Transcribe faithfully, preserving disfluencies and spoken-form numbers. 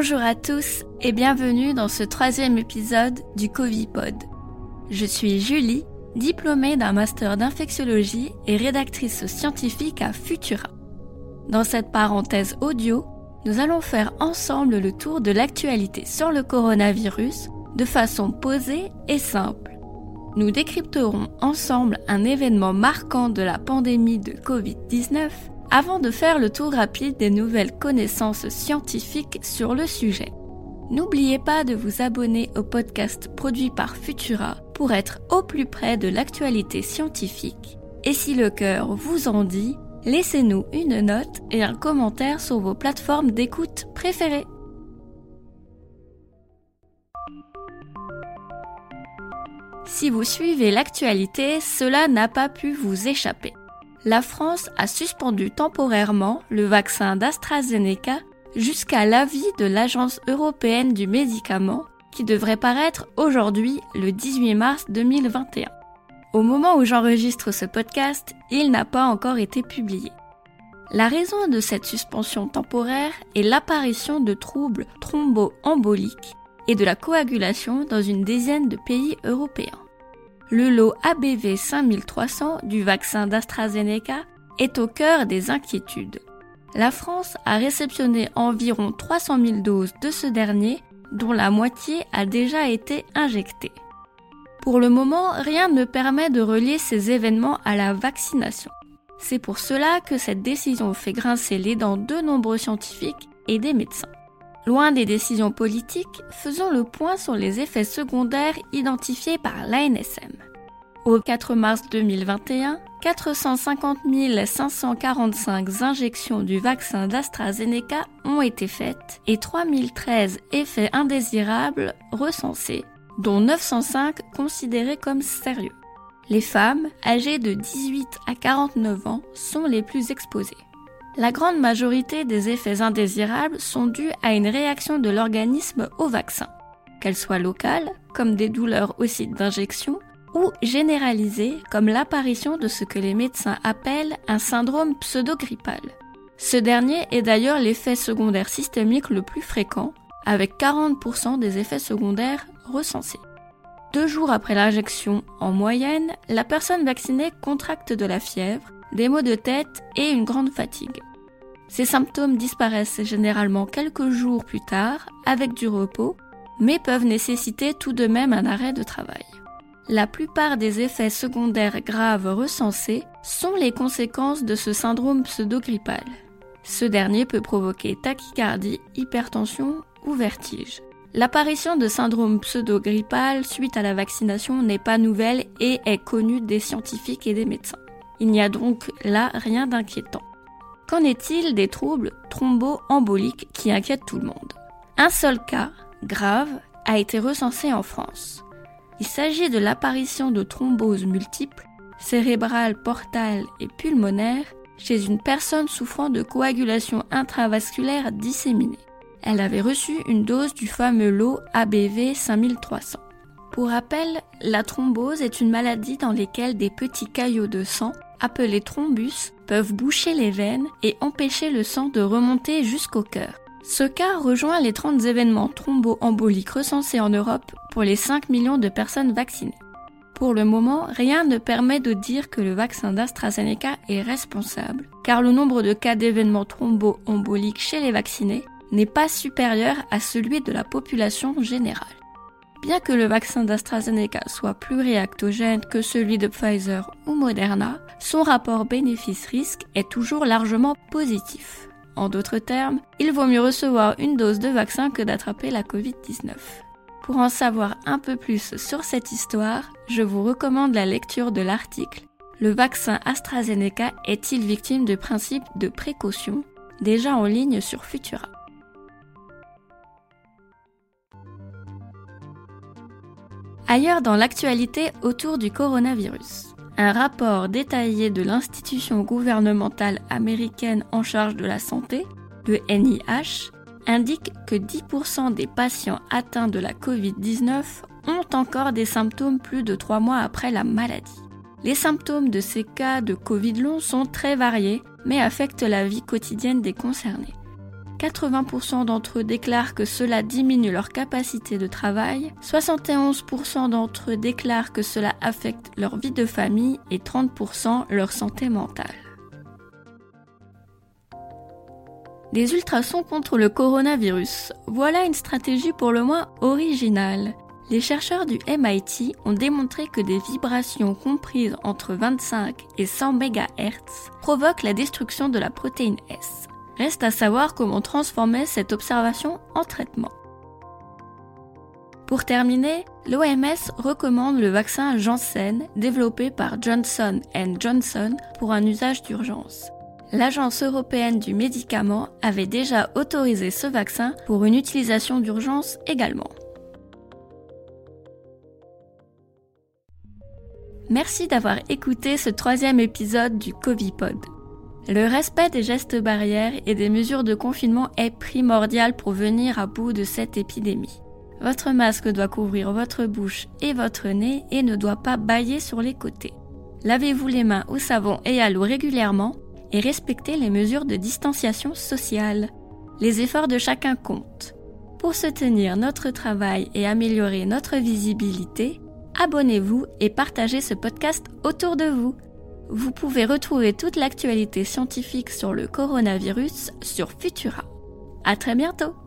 Bonjour à tous et bienvenue dans ce troisième épisode du Covipod. Je suis Julie, diplômée d'un master d'infectiologie et rédactrice scientifique à Futura. Dans cette parenthèse audio, nous allons faire ensemble le tour de l'actualité sur le coronavirus de façon posée et simple. Nous décrypterons ensemble un événement marquant de la pandémie de covid dix-neuf avant de faire le tour rapide des nouvelles connaissances scientifiques sur le sujet. N'oubliez pas de vous abonner au podcast produit par Futura pour être au plus près de l'actualité scientifique. Et si le cœur vous en dit, laissez-nous une note et un commentaire sur vos plateformes d'écoute préférées. Si vous suivez l'actualité, cela n'a pas pu vous échapper. La France a suspendu temporairement le vaccin d'AstraZeneca jusqu'à l'avis de l'Agence européenne du médicament qui devrait paraître aujourd'hui le dix-huit mars deux mille vingt et un. Au moment où j'enregistre ce podcast, il n'a pas encore été publié. La raison de cette suspension temporaire est l'apparition de troubles thromboemboliques et de la coagulation dans une dizaine de pays européens. Le lot A B V cinq mille trois cents du vaccin d'AstraZeneca est au cœur des inquiétudes. La France a réceptionné environ trois cent mille doses de ce dernier, dont la moitié a déjà été injectée. Pour le moment, rien ne permet de relier ces événements à la vaccination. C'est pour cela que cette décision fait grincer les dents de nombreux scientifiques et des médecins. Loin des décisions politiques, faisons le point sur les effets secondaires identifiés par l'A N S M. Au quatre mars deux mille vingt et un, quatre cent cinquante mille cinq cent quarante-cinq injections du vaccin d'AstraZeneca ont été faites et trois mille treize effets indésirables recensés, dont neuf cent cinq considérés comme sérieux. Les femmes, âgées de dix-huit à quarante-neuf ans, sont les plus exposées. La grande majorité des effets indésirables sont dus à une réaction de l'organisme au vaccin, qu'elle soit locale, comme des douleurs au site d'injection, ou généralisée, comme l'apparition de ce que les médecins appellent un syndrome pseudo-grippal. Ce dernier est d'ailleurs l'effet secondaire systémique le plus fréquent, avec quarante pour cent des effets secondaires recensés. Deux jours après l'injection, en moyenne, la personne vaccinée contracte de la fièvre, des maux de tête et une grande fatigue. Ces symptômes disparaissent généralement quelques jours plus tard, avec du repos, mais peuvent nécessiter tout de même un arrêt de travail. La plupart des effets secondaires graves recensés sont les conséquences de ce syndrome pseudo-grippal. Ce dernier peut provoquer tachycardie, hypertension ou vertige. L'apparition de syndrome pseudo-grippal suite à la vaccination n'est pas nouvelle et est connue des scientifiques et des médecins. Il n'y a donc là rien d'inquiétant. Qu'en est-il des troubles thromboemboliques qui inquiètent tout le monde ? Un seul cas, grave, a été recensé en France. Il s'agit de l'apparition de thromboses multiples, cérébrales, portales et pulmonaires, chez une personne souffrant de coagulation intravasculaire disséminée. Elle avait reçu une dose du fameux lot A B V cinq mille trois cents. Pour rappel, la thrombose est une maladie dans laquelle des petits caillots de sang, appelés thrombus, peuvent boucher les veines et empêcher le sang de remonter jusqu'au cœur. Ce cas rejoint les trente événements thromboemboliques recensés en Europe pour les cinq millions de personnes vaccinées. Pour le moment, rien ne permet de dire que le vaccin d'AstraZeneca est responsable, car le nombre de cas d'événements thromboemboliques chez les vaccinés n'est pas supérieur à celui de la population générale. Bien que le vaccin d'AstraZeneca soit plus réactogène que celui de Pfizer ou Moderna, son rapport bénéfice-risque est toujours largement positif. En d'autres termes, il vaut mieux recevoir une dose de vaccin que d'attraper la covid dix-neuf. Pour en savoir un peu plus sur cette histoire, je vous recommande la lecture de l'article « Le vaccin AstraZeneca est-il victime de principes de précaution ?», déjà en ligne sur Futura. Ailleurs dans l'actualité autour du coronavirus, un rapport détaillé de l'institution gouvernementale américaine en charge de la santé, le N I H, indique que dix pour cent des patients atteints de la covid dix-neuf ont encore des symptômes plus de trois mois après la maladie. Les symptômes de ces cas de Covid long sont très variés, mais affectent la vie quotidienne des concernés. quatre-vingts pour cent d'entre eux déclarent que cela diminue leur capacité de travail, soixante et onze pour cent d'entre eux déclarent que cela affecte leur vie de famille et trente pour cent leur santé mentale. Des ultrasons contre le coronavirus. Voilà une stratégie pour le moins originale. Les chercheurs du M I T ont démontré que des vibrations comprises entre vingt-cinq et cent mégahertz provoquent la destruction de la protéine S. Reste à savoir comment transformer cette observation en traitement. Pour terminer, l'O M S recommande le vaccin Janssen développé par Johnson and Johnson pour un usage d'urgence. L'Agence européenne du médicament avait déjà autorisé ce vaccin pour une utilisation d'urgence également. Merci d'avoir écouté ce troisième épisode du Covipod. Le respect des gestes barrières et des mesures de confinement est primordial pour venir à bout de cette épidémie. Votre masque doit couvrir votre bouche et votre nez et ne doit pas bâiller sur les côtés. Lavez-vous les mains au savon et à l'eau régulièrement et respectez les mesures de distanciation sociale. Les efforts de chacun comptent. Pour soutenir notre travail et améliorer notre visibilité, abonnez-vous et partagez ce podcast autour de vous. Vous pouvez retrouver toute l'actualité scientifique sur le coronavirus sur Futura. À très bientôt!